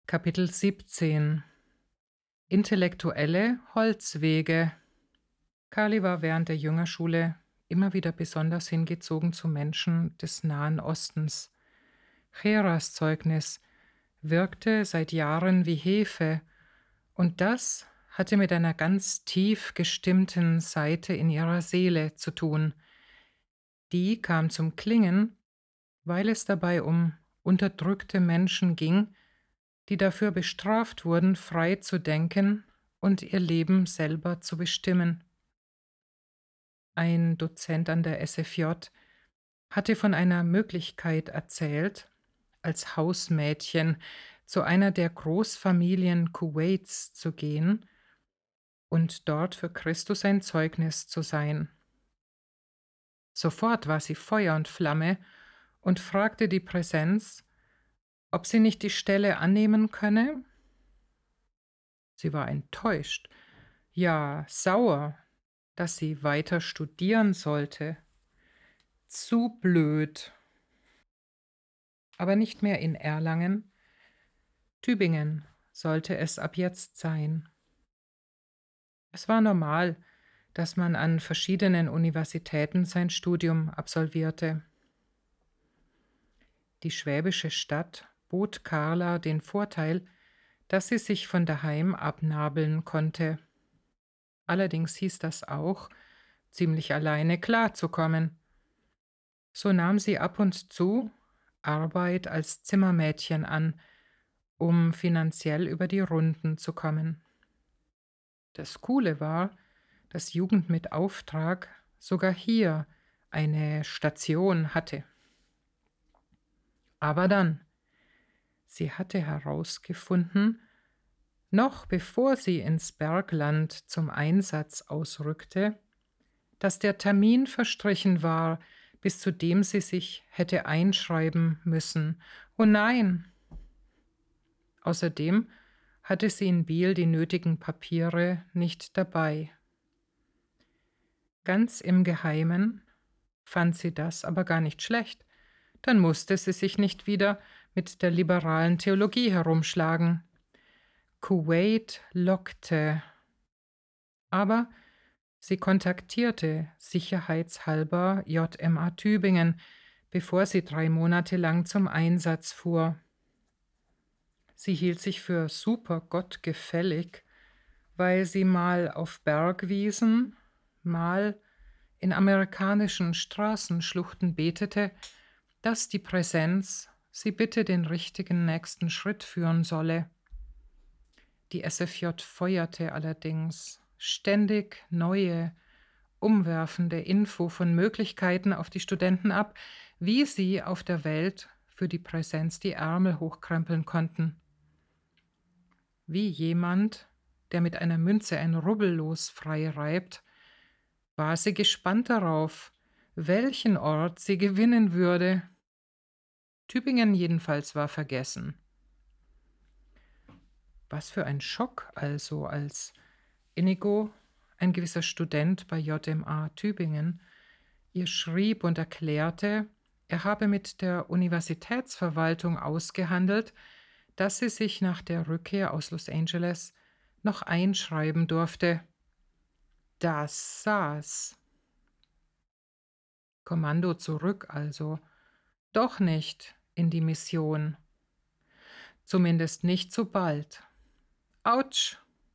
Kapitel 17 Intellektuelle Holzwege. Carly war während der Jüngerschule immer wieder besonders hingezogen zu Menschen des Nahen Ostens. Cheras Zeugnis wirkte seit Jahren wie Hefe, und das hatte mit einer ganz tief gestimmten Seite in ihrer Seele zu tun. Die kam zum Klingen, weil es dabei um unterdrückte Menschen ging, die dafür bestraft wurden, frei zu denken und ihr Leben selber zu bestimmen. Ein Dozent an der SFJ hatte von einer Möglichkeit erzählt, als Hausmädchen zu einer der Großfamilien Kuwaits zu gehen und dort für Christus ein Zeugnis zu sein. Sofort war sie Feuer und Flamme und fragte die Präsenz, ob sie nicht die Stelle annehmen könne. Sie war enttäuscht, ja sauer, dass sie weiter studieren sollte. Zu blöd. Aber nicht mehr in Erlangen. Tübingen sollte es ab jetzt sein. Es war normal, dass man an verschiedenen Universitäten sein Studium absolvierte. Die schwäbische Stadt bot Carla den Vorteil, dass sie sich von daheim abnabeln konnte. Allerdings hieß das auch, ziemlich alleine klarzukommen. So nahm sie ab und zu Arbeit als Zimmermädchen an, um finanziell über die Runden zu kommen. Das Coole war, dass Jugend mit Auftrag sogar hier eine Station hatte. Aber dann, sie hatte herausgefunden, noch bevor sie ins Bergland zum Einsatz ausrückte, dass der Termin verstrichen war, bis zu dem sie sich hätte einschreiben müssen. Oh nein! Außerdem hatte sie in Biel die nötigen Papiere nicht dabei. Ganz im Geheimen fand sie das aber gar nicht schlecht. Dann musste sie sich nicht wieder mit der liberalen Theologie herumschlagen. Kuwait lockte. Aber sie kontaktierte sicherheitshalber JMA Tübingen, bevor sie 3 Monate lang zum Einsatz fuhr. Sie hielt sich für super gottgefällig, weil sie mal auf Bergwiesen, mal in amerikanischen Straßenschluchten betete, dass die Präsenz sie bitte den richtigen nächsten Schritt führen solle. Die SFJ feuerte allerdings ständig neue, umwerfende Info von Möglichkeiten auf die Studenten ab, wie sie auf der Welt für die Präsenz die Ärmel hochkrempeln konnten. Wie jemand, der mit einer Münze ein Rubbellos frei reibt, war sie gespannt darauf, welchen Ort sie gewinnen würde. Tübingen jedenfalls war vergessen. Was für ein Schock also, als Inigo, ein gewisser Student bei JMA Tübingen, ihr schrieb und erklärte, er habe mit der Universitätsverwaltung ausgehandelt, dass sie sich nach der Rückkehr aus Los Angeles noch einschreiben durfte. Das saß. Kommando zurück also. Doch nicht in die Mission. Zumindest nicht so bald. Autsch!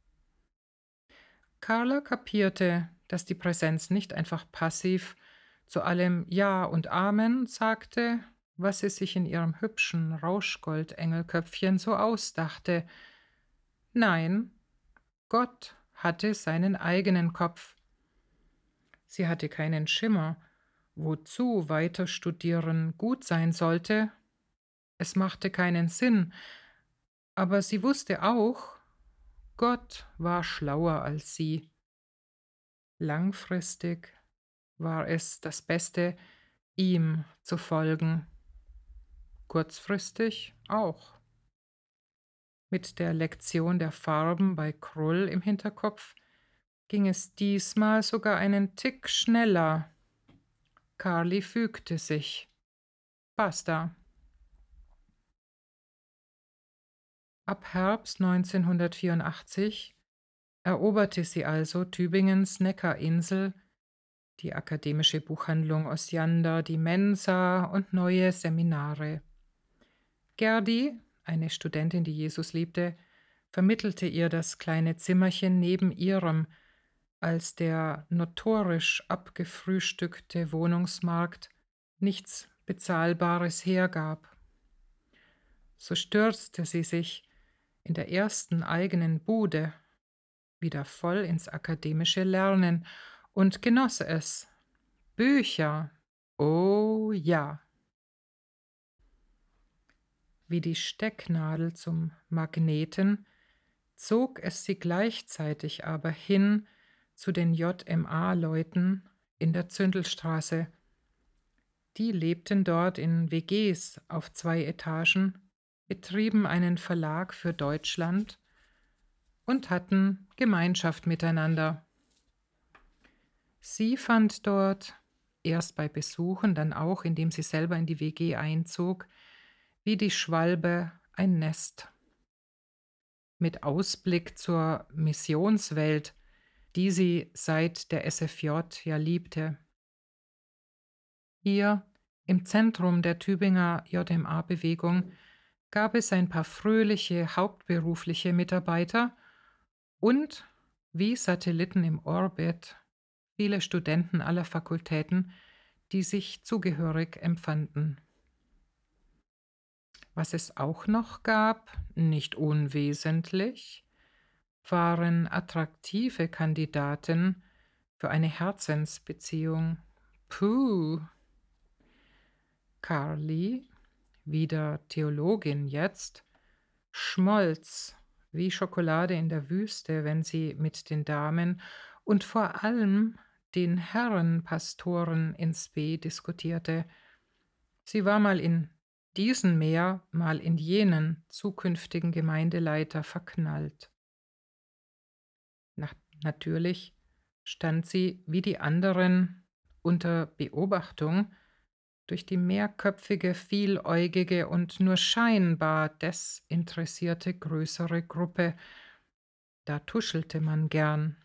Carla kapierte, dass die Präsenz nicht einfach passiv zu allem Ja und Amen sagte, was sie sich in ihrem hübschen Rauschgold-Engelköpfchen so ausdachte. Nein, Gott hatte seinen eigenen Kopf. Sie hatte keinen Schimmer, wozu Weiterstudieren gut sein sollte. Es machte keinen Sinn, aber sie wusste auch, Gott war schlauer als sie. Langfristig war es das Beste, ihm zu folgen. Kurzfristig auch. Mit der Lektion der Farben bei Krull im Hinterkopf ging es diesmal sogar einen Tick schneller. Carly fügte sich. Basta. Ab Herbst 1984 eroberte sie also Tübingens Neckarinsel, die akademische Buchhandlung Osiander, die Mensa und neue Seminare. Gerdi, eine Studentin, die Jesus liebte, vermittelte ihr das kleine Zimmerchen neben ihrem, als der notorisch abgefrühstückte Wohnungsmarkt nichts Bezahlbares hergab. So stürzte sie sich in der ersten eigenen Bude wieder voll ins akademische Lernen und genoss es. Bücher, oh ja. Wie die Stecknadel zum Magneten zog es sie gleichzeitig aber hin zu den JMA-Leuten in der Zündelstraße. Die lebten dort in WGs auf 2 Etagen, betrieben einen Verlag für Deutschland und hatten Gemeinschaft miteinander. Sie fand dort, erst bei Besuchen, dann auch, indem sie selber in die WG einzog, wie die Schwalbe ein Nest. Mit Ausblick zur Missionswelt, die sie seit der SFJ ja liebte. Hier, im Zentrum der Tübinger JMA-Bewegung, gab es ein paar fröhliche hauptberufliche Mitarbeiter und, wie Satelliten im Orbit, viele Studenten aller Fakultäten, die sich zugehörig empfanden. Was es auch noch gab, nicht unwesentlich, waren attraktive Kandidaten für eine Herzensbeziehung. Puh. Carly, wieder Theologin jetzt, schmolz wie Schokolade in der Wüste, wenn sie mit den Damen und vor allem den Herrenpastoren ins B diskutierte. Sie war mal in diesen mehr, mal in jenen zukünftigen Gemeindeleiter verknallt. Natürlich stand sie wie die anderen unter Beobachtung durch die mehrköpfige, vieläugige und nur scheinbar desinteressierte größere Gruppe. Da tuschelte man gern.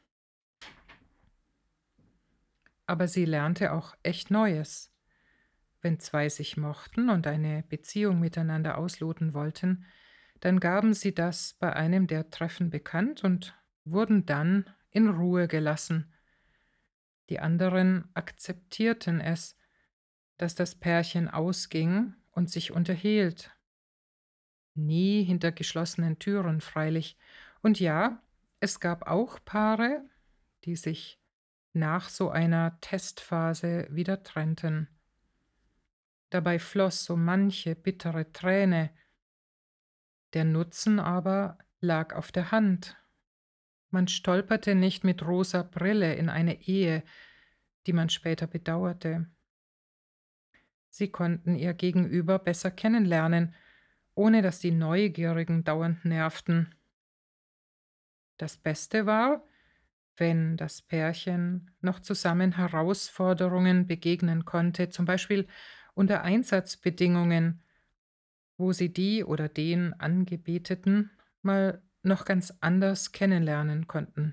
Aber sie lernte auch echt Neues. Wenn 2 sich mochten und eine Beziehung miteinander ausloten wollten, dann gaben sie das bei einem der Treffen bekannt und wurden dann in Ruhe gelassen. Die anderen akzeptierten es, dass das Pärchen ausging und sich unterhielt. Nie hinter geschlossenen Türen freilich. Und ja, es gab auch Paare, die sich nach so einer Testphase wieder trennten. Dabei floss so manche bittere Träne. Der Nutzen aber lag auf der Hand. Man stolperte nicht mit rosa Brille in eine Ehe, die man später bedauerte. Sie konnten ihr Gegenüber besser kennenlernen, ohne dass die Neugierigen dauernd nervten. Das Beste war, wenn das Pärchen noch zusammen Herausforderungen begegnen konnte, zum Beispiel unter Einsatzbedingungen, wo sie die oder den Angebeteten mal noch ganz anders kennenlernen konnten.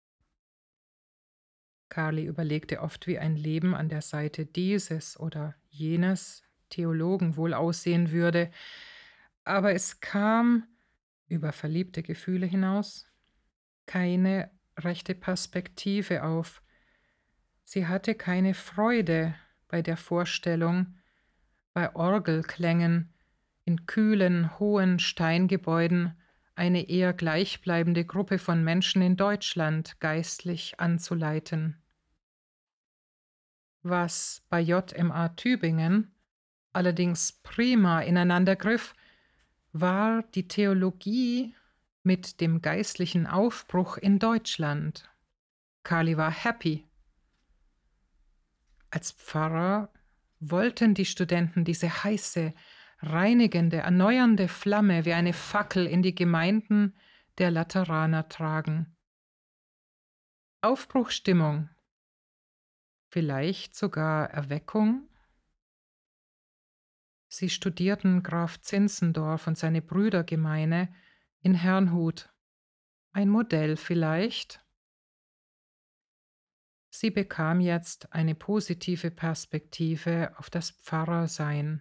Carly überlegte oft, wie ein Leben an der Seite dieses oder jenes Theologen wohl aussehen würde, aber es kam, über verliebte Gefühle hinaus, keine rechte Perspektive auf. Sie hatte keine Freude bei der Vorstellung, bei Orgelklängen in kühlen, hohen Steingebäuden eine eher gleichbleibende Gruppe von Menschen in Deutschland geistlich anzuleiten. Was bei JMA Tübingen allerdings prima ineinander griff, war die Theologie mit dem geistlichen Aufbruch in Deutschland. Carly war happy. Als Pfarrer wollten die Studenten diese heiße, reinigende, erneuernde Flamme wie eine Fackel in die Gemeinden der Lateraner tragen. Aufbruchsstimmung, vielleicht sogar Erweckung? Sie studierten Graf Zinzendorf und seine Brüdergemeine in Herrnhut. Ein Modell vielleicht. Sie bekam jetzt eine positive Perspektive auf das Pfarrersein.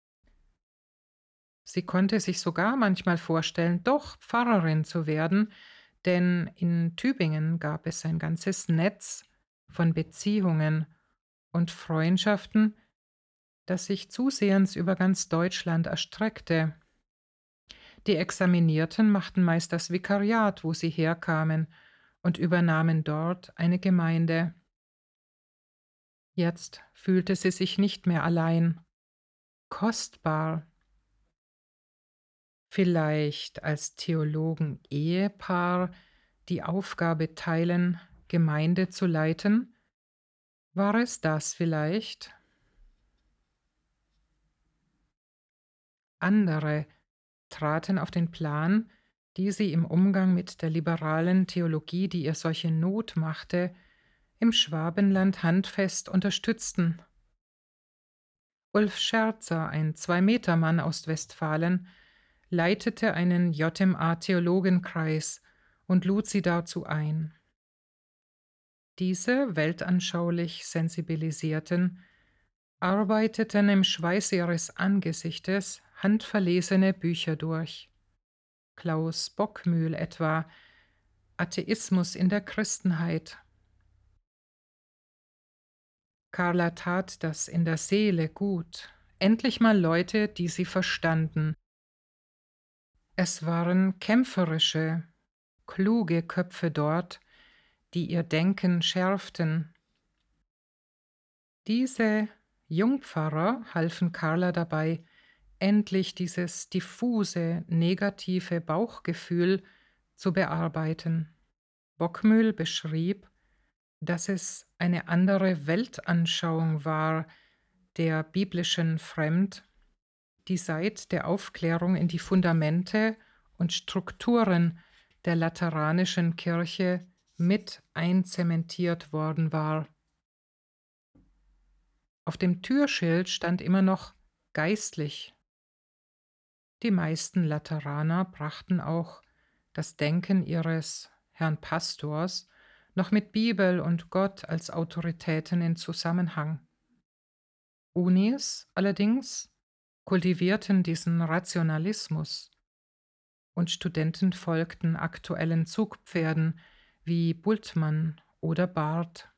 Sie konnte sich sogar manchmal vorstellen, doch Pfarrerin zu werden, denn in Tübingen gab es ein ganzes Netz von Beziehungen und Freundschaften, das sich zusehends über ganz Deutschland erstreckte. Die Examinierten machten meist das Vikariat, wo sie herkamen, und übernahmen dort eine Gemeinde. Jetzt fühlte sie sich nicht mehr allein, kostbar. Vielleicht als Theologen-Ehepaar die Aufgabe teilen, Gemeinde zu leiten? War es das vielleicht? Andere traten auf den Plan, die sie im Umgang mit der liberalen Theologie, die ihr solche Not machte, im Schwabenland handfest unterstützten. Ulf Scherzer, ein 2-Meter-Mann aus Westfalen, leitete einen JMA-Theologenkreis und lud sie dazu ein. Diese weltanschaulich Sensibilisierten arbeiteten im Schweiß ihres Angesichtes handverlesene Bücher durch. Klaus Bockmühl etwa, Atheismus in der Christenheit. Carla tat das in der Seele gut. Endlich mal Leute, die sie verstanden. Es waren kämpferische, kluge Köpfe dort, die ihr Denken schärften. Diese Jungpfarrer halfen Carla dabei, endlich dieses diffuse, negative Bauchgefühl zu bearbeiten. Bockmühl beschrieb, dass es eine andere Weltanschauung war, der biblischen Fremd, die seit der Aufklärung in die Fundamente und Strukturen der lateranischen Kirche mit einzementiert worden war. Auf dem Türschild stand immer noch geistlich. Die meisten Lateraner brachten auch das Denken ihres Herrn Pastors noch mit Bibel und Gott als Autoritäten in Zusammenhang. Unis allerdings kultivierten diesen Rationalismus und Studenten folgten aktuellen Zugpferden wie Bultmann oder Barth.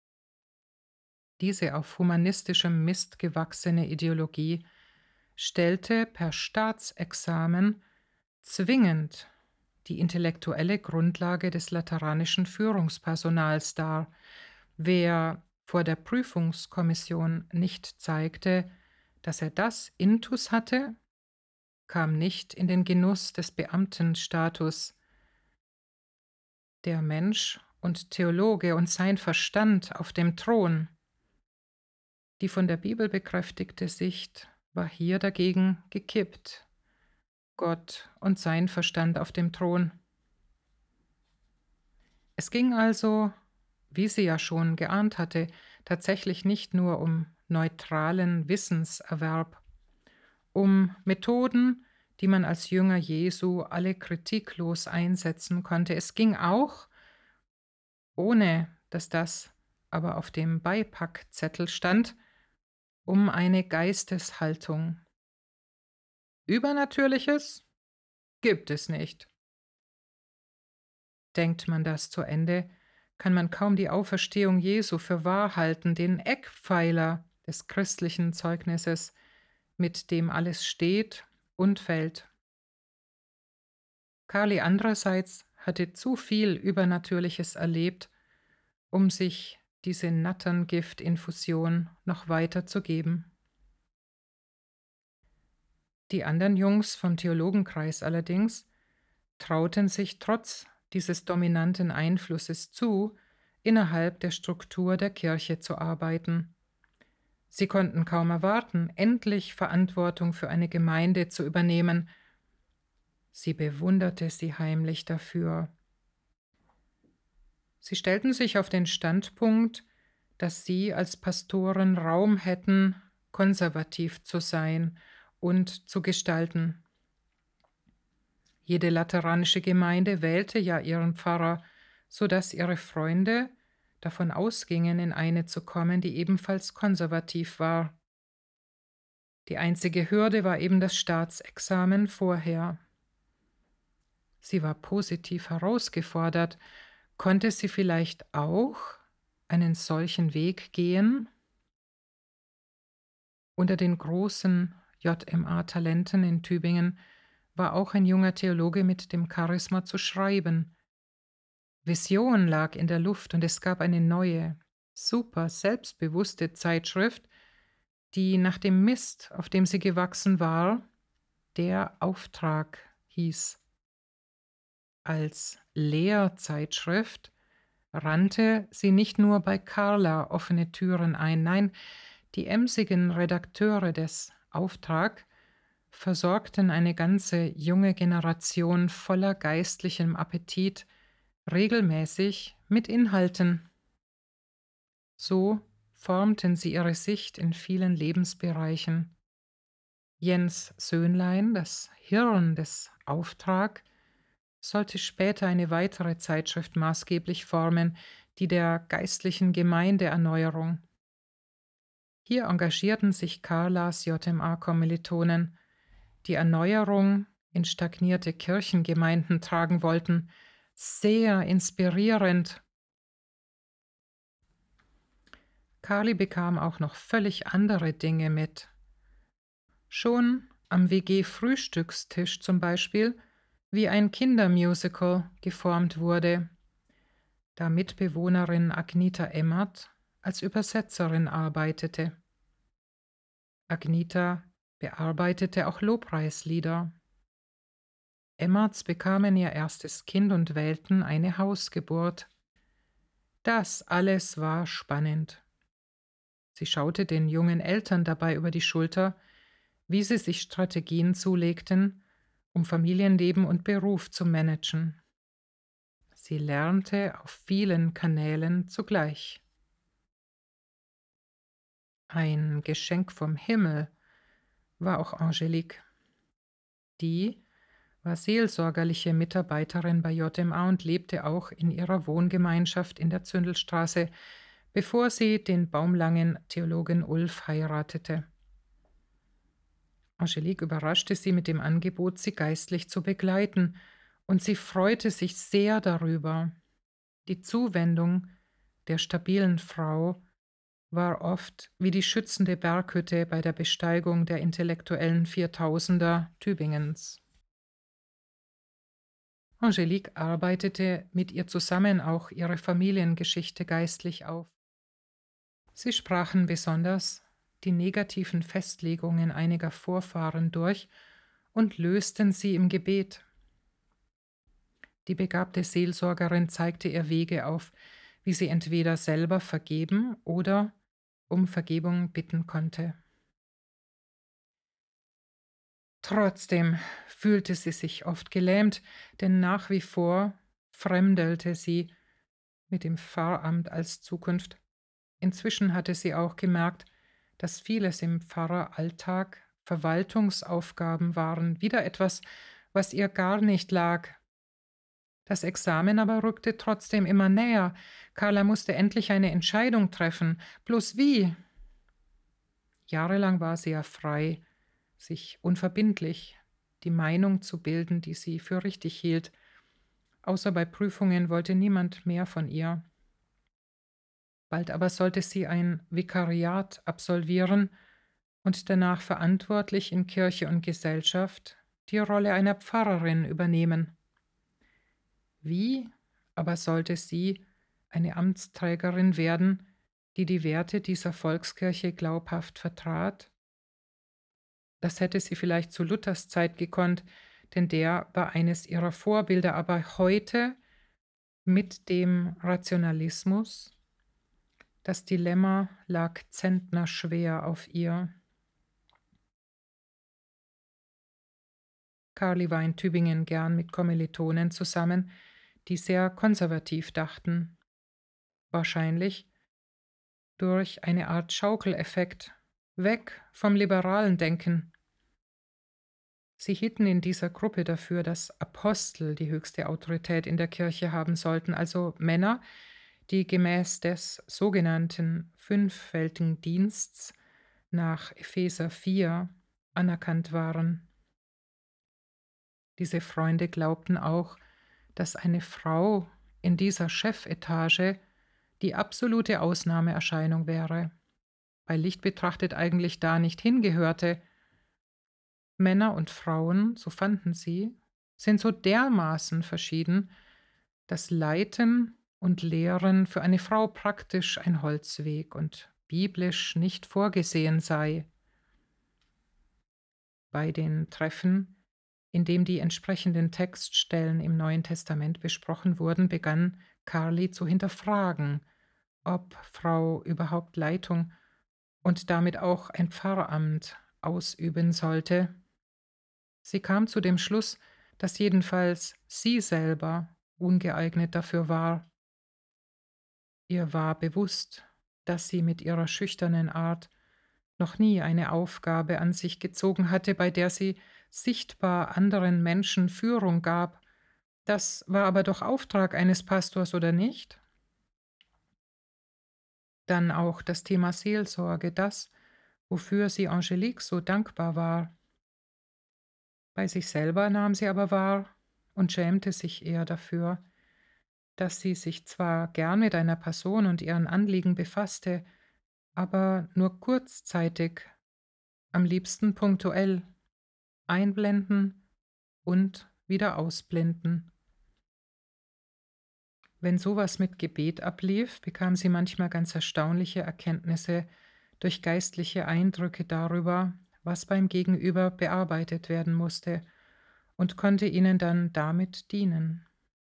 Diese auf humanistischem Mist gewachsene Ideologie stellte per Staatsexamen zwingend die intellektuelle Grundlage des lateranischen Führungspersonals dar. Wer vor der Prüfungskommission nicht zeigte, dass er das Intus hatte, kam nicht in den Genuss des Beamtenstatus. Der Mensch und Theologe und sein Verstand auf dem Thron. Die von der Bibel bekräftigte Sicht war hier dagegen gekippt. Gott und sein Verstand auf dem Thron. Es ging also, wie sie ja schon geahnt hatte, tatsächlich nicht nur um neutralen Wissenserwerb, um Methoden, die man als Jünger Jesu alle kritiklos einsetzen konnte. Es ging auch, ohne dass das aber auf dem Beipackzettel stand, um eine Geisteshaltung. Übernatürliches gibt es nicht. Denkt man das zu Ende, kann man kaum die Auferstehung Jesu für wahr halten, den Eckpfeiler des christlichen Zeugnisses, mit dem alles steht und fällt. Carly andererseits hatte zu viel Übernatürliches erlebt, um sich diese Natterngiftinfusion noch weiter zu geben. Die anderen Jungs vom Theologenkreis allerdings trauten sich trotz dieses dominanten Einflusses zu, innerhalb der Struktur der Kirche zu arbeiten. Sie konnten kaum erwarten, endlich Verantwortung für eine Gemeinde zu übernehmen. Sie bewunderte sie heimlich dafür. Sie stellten sich auf den Standpunkt, dass sie als Pastoren Raum hätten, konservativ zu sein und zu gestalten. Jede lateranische Gemeinde wählte ja ihren Pfarrer, so dass ihre Freunde davon ausgingen, in eine zu kommen, die ebenfalls konservativ war. Die einzige Hürde war eben das Staatsexamen vorher. Sie war positiv herausgefordert. Konnte sie vielleicht auch einen solchen Weg gehen? Unter den großen JMA-Talenten in Tübingen war auch ein junger Theologe mit dem Charisma zu schreiben. Vision lag in der Luft und es gab eine neue, super selbstbewusste Zeitschrift, die nach dem Mist, auf dem sie gewachsen war, der Auftrag hieß. Als Lehrzeitschrift rannte sie nicht nur bei Carla offene Türen ein, nein, die emsigen Redakteure des Auftrag versorgten eine ganze junge Generation voller geistlichem Appetit regelmäßig mit Inhalten. So formten sie ihre Sicht in vielen Lebensbereichen. Jens Söhnlein, das Hirn des Auftrag, sollte später eine weitere Zeitschrift maßgeblich formen, die der geistlichen Gemeindeerneuerung. Hier engagierten sich Carlas JMA-Kommilitonen, die Erneuerung in stagnierte Kirchengemeinden tragen wollten. Sehr inspirierend. Carly bekam auch noch völlig andere Dinge mit. Schon am WG-Frühstückstisch zum Beispiel, wie ein Kindermusical geformt wurde, da Mitbewohnerin Agnita Emmert als Übersetzerin arbeitete. Agnita bearbeitete auch Lobpreislieder. Emmerts bekamen ihr erstes Kind und wählten eine Hausgeburt. Das alles war spannend. Sie schaute den jungen Eltern dabei über die Schulter, wie sie sich Strategien zulegten, um Familienleben und Beruf zu managen. Sie lernte auf vielen Kanälen zugleich. Ein Geschenk vom Himmel war auch Angelique. Die war seelsorgerliche Mitarbeiterin bei JMA und lebte auch in ihrer Wohngemeinschaft in der Zündelstraße, bevor sie den baumlangen Theologen Ulf heiratete. Angelique überraschte sie mit dem Angebot, sie geistlich zu begleiten, und sie freute sich sehr darüber. Die Zuwendung der stabilen Frau war oft wie die schützende Berghütte bei der Besteigung der intellektuellen Viertausender Tübingens. Angelique arbeitete mit ihr zusammen auch ihre Familiengeschichte geistlich auf. Sie sprachen besonders die negativen Festlegungen einiger Vorfahren durch und lösten sie im Gebet. Die begabte Seelsorgerin zeigte ihr Wege auf, wie sie entweder selber vergeben oder um Vergebung bitten konnte. Trotzdem fühlte sie sich oft gelähmt, denn nach wie vor fremdelte sie mit dem Pfarramt als Zukunft. Inzwischen hatte sie auch gemerkt, dass vieles im Pfarreralltag Verwaltungsaufgaben waren, wieder etwas, was ihr gar nicht lag. Das Examen aber rückte trotzdem immer näher. Carla musste endlich eine Entscheidung treffen. Bloß wie? Jahrelang war sie ja frei, sich unverbindlich die Meinung zu bilden, die sie für richtig hielt. Außer bei Prüfungen wollte niemand mehr von ihr. Bald aber sollte sie ein Vikariat absolvieren und danach verantwortlich in Kirche und Gesellschaft die Rolle einer Pfarrerin übernehmen. Wie aber sollte sie eine Amtsträgerin werden, die die Werte dieser Volkskirche glaubhaft vertrat? Das hätte sie vielleicht zu Luthers Zeit gekonnt, denn der war eines ihrer Vorbilder, aber heute mit dem Rationalismus, das Dilemma lag zentnerschwer auf ihr. Carly war in Tübingen gern mit Kommilitonen zusammen, die sehr konservativ dachten. Wahrscheinlich durch eine Art Schaukeleffekt, weg vom liberalen Denken. Sie hielten in dieser Gruppe dafür, dass Apostel die höchste Autorität in der Kirche haben sollten, also Männer, die gemäß des sogenannten fünffältigen Diensts nach Epheser 4 anerkannt waren. Diese Freunde glaubten auch, dass eine Frau in dieser Chefetage die absolute Ausnahmeerscheinung wäre, bei Licht betrachtet eigentlich da nicht hingehörte. Männer und Frauen, so fanden sie, sind so dermaßen verschieden, dass Leiten und Lehren für eine Frau praktisch ein Holzweg und biblisch nicht vorgesehen sei. Bei den Treffen, in dem die entsprechenden Textstellen im Neuen Testament besprochen wurden, begann Carly zu hinterfragen, ob Frau überhaupt Leitung und damit auch ein Pfarramt ausüben sollte. Sie kam zu dem Schluss, dass jedenfalls sie selber ungeeignet dafür war. Ihr war bewusst, dass sie mit ihrer schüchternen Art noch nie eine Aufgabe an sich gezogen hatte, bei der sie sichtbar anderen Menschen Führung gab. Das war aber doch Auftrag eines Pastors, oder nicht? Dann auch das Thema Seelsorge, das, wofür sie Angelique so dankbar war. Bei sich selber nahm sie aber wahr und schämte sich eher dafür, dass sie sich zwar gern mit einer Person und ihren Anliegen befasste, aber nur kurzzeitig, am liebsten punktuell, einblenden und wieder ausblenden. Wenn sowas mit Gebet ablief, bekam sie manchmal ganz erstaunliche Erkenntnisse durch geistliche Eindrücke darüber, was beim Gegenüber bearbeitet werden musste, und konnte ihnen dann damit dienen.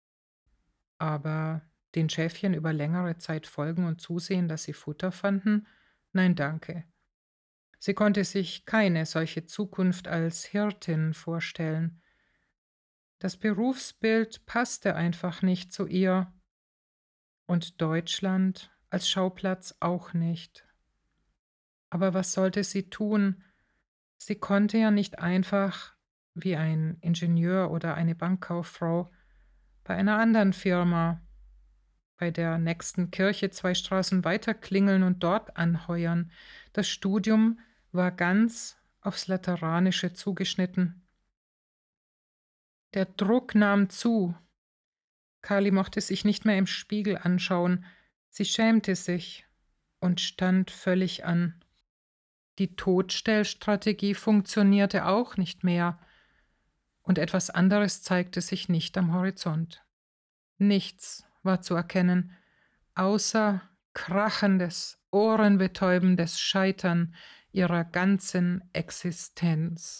Aber den Schäfchen über längere Zeit folgen und zusehen, dass sie Futter fanden? Nein, danke. Sie konnte sich keine solche Zukunft als Hirtin vorstellen. Das Berufsbild passte einfach nicht zu ihr und Deutschland als Schauplatz auch nicht. Aber was sollte sie tun? Sie konnte ja nicht einfach, wie ein Ingenieur oder eine Bankkauffrau, bei einer anderen Firma, bei der nächsten Kirche 2 Straßen weiter klingeln und dort anheuern. Das Studium war ganz aufs Lateranische zugeschnitten. Der Druck nahm zu. Carly mochte sich nicht mehr im Spiegel anschauen. Sie schämte sich und stand völlig an. Die Totstellstrategie funktionierte auch nicht mehr, und etwas anderes zeigte sich nicht am Horizont. Nichts war zu erkennen, außer krachendes, ohrenbetäubendes Scheitern ihrer ganzen Existenz.